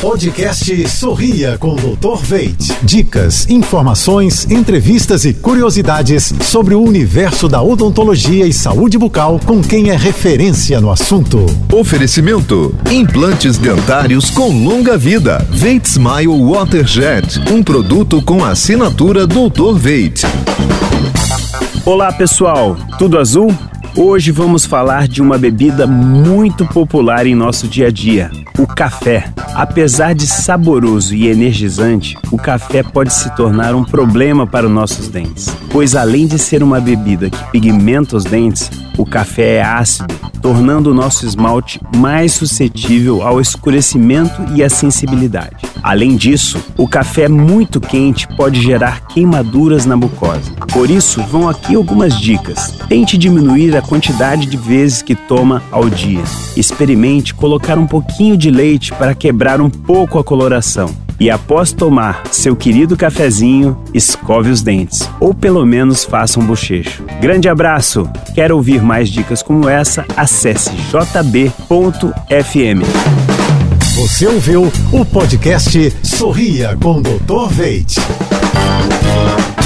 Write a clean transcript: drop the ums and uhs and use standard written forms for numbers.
Podcast Sorria com o Dr. Veit. Dicas, informações, entrevistas e curiosidades sobre o universo da odontologia e saúde bucal com quem é referência no assunto. Oferecimento: implantes dentários com longa vida. Veit Smile Waterjet, um produto com assinatura Dr. Veit. Olá pessoal, tudo azul? Hoje vamos falar de uma bebida muito popular em nosso dia a dia, o café. Apesar de saboroso e energizante, o café pode se tornar um problema para os nossos dentes, pois além de ser uma bebida que pigmenta os dentes, o café é ácido, tornando o nosso esmalte mais suscetível ao escurecimento e à sensibilidade. Além disso, o café muito quente pode gerar queimaduras na mucosa. Por isso, vão aqui algumas dicas. Tente diminuir a quantidade de vezes que toma ao dia. Experimente colocar um pouquinho de leite para quebrar um pouco a coloração. E após tomar seu querido cafezinho, escove os dentes, ou pelo menos faça um bochecho. Grande abraço! Quer ouvir mais dicas como essa? Acesse jb.fm. Você ouviu o podcast Sorria com o Dr. Veit.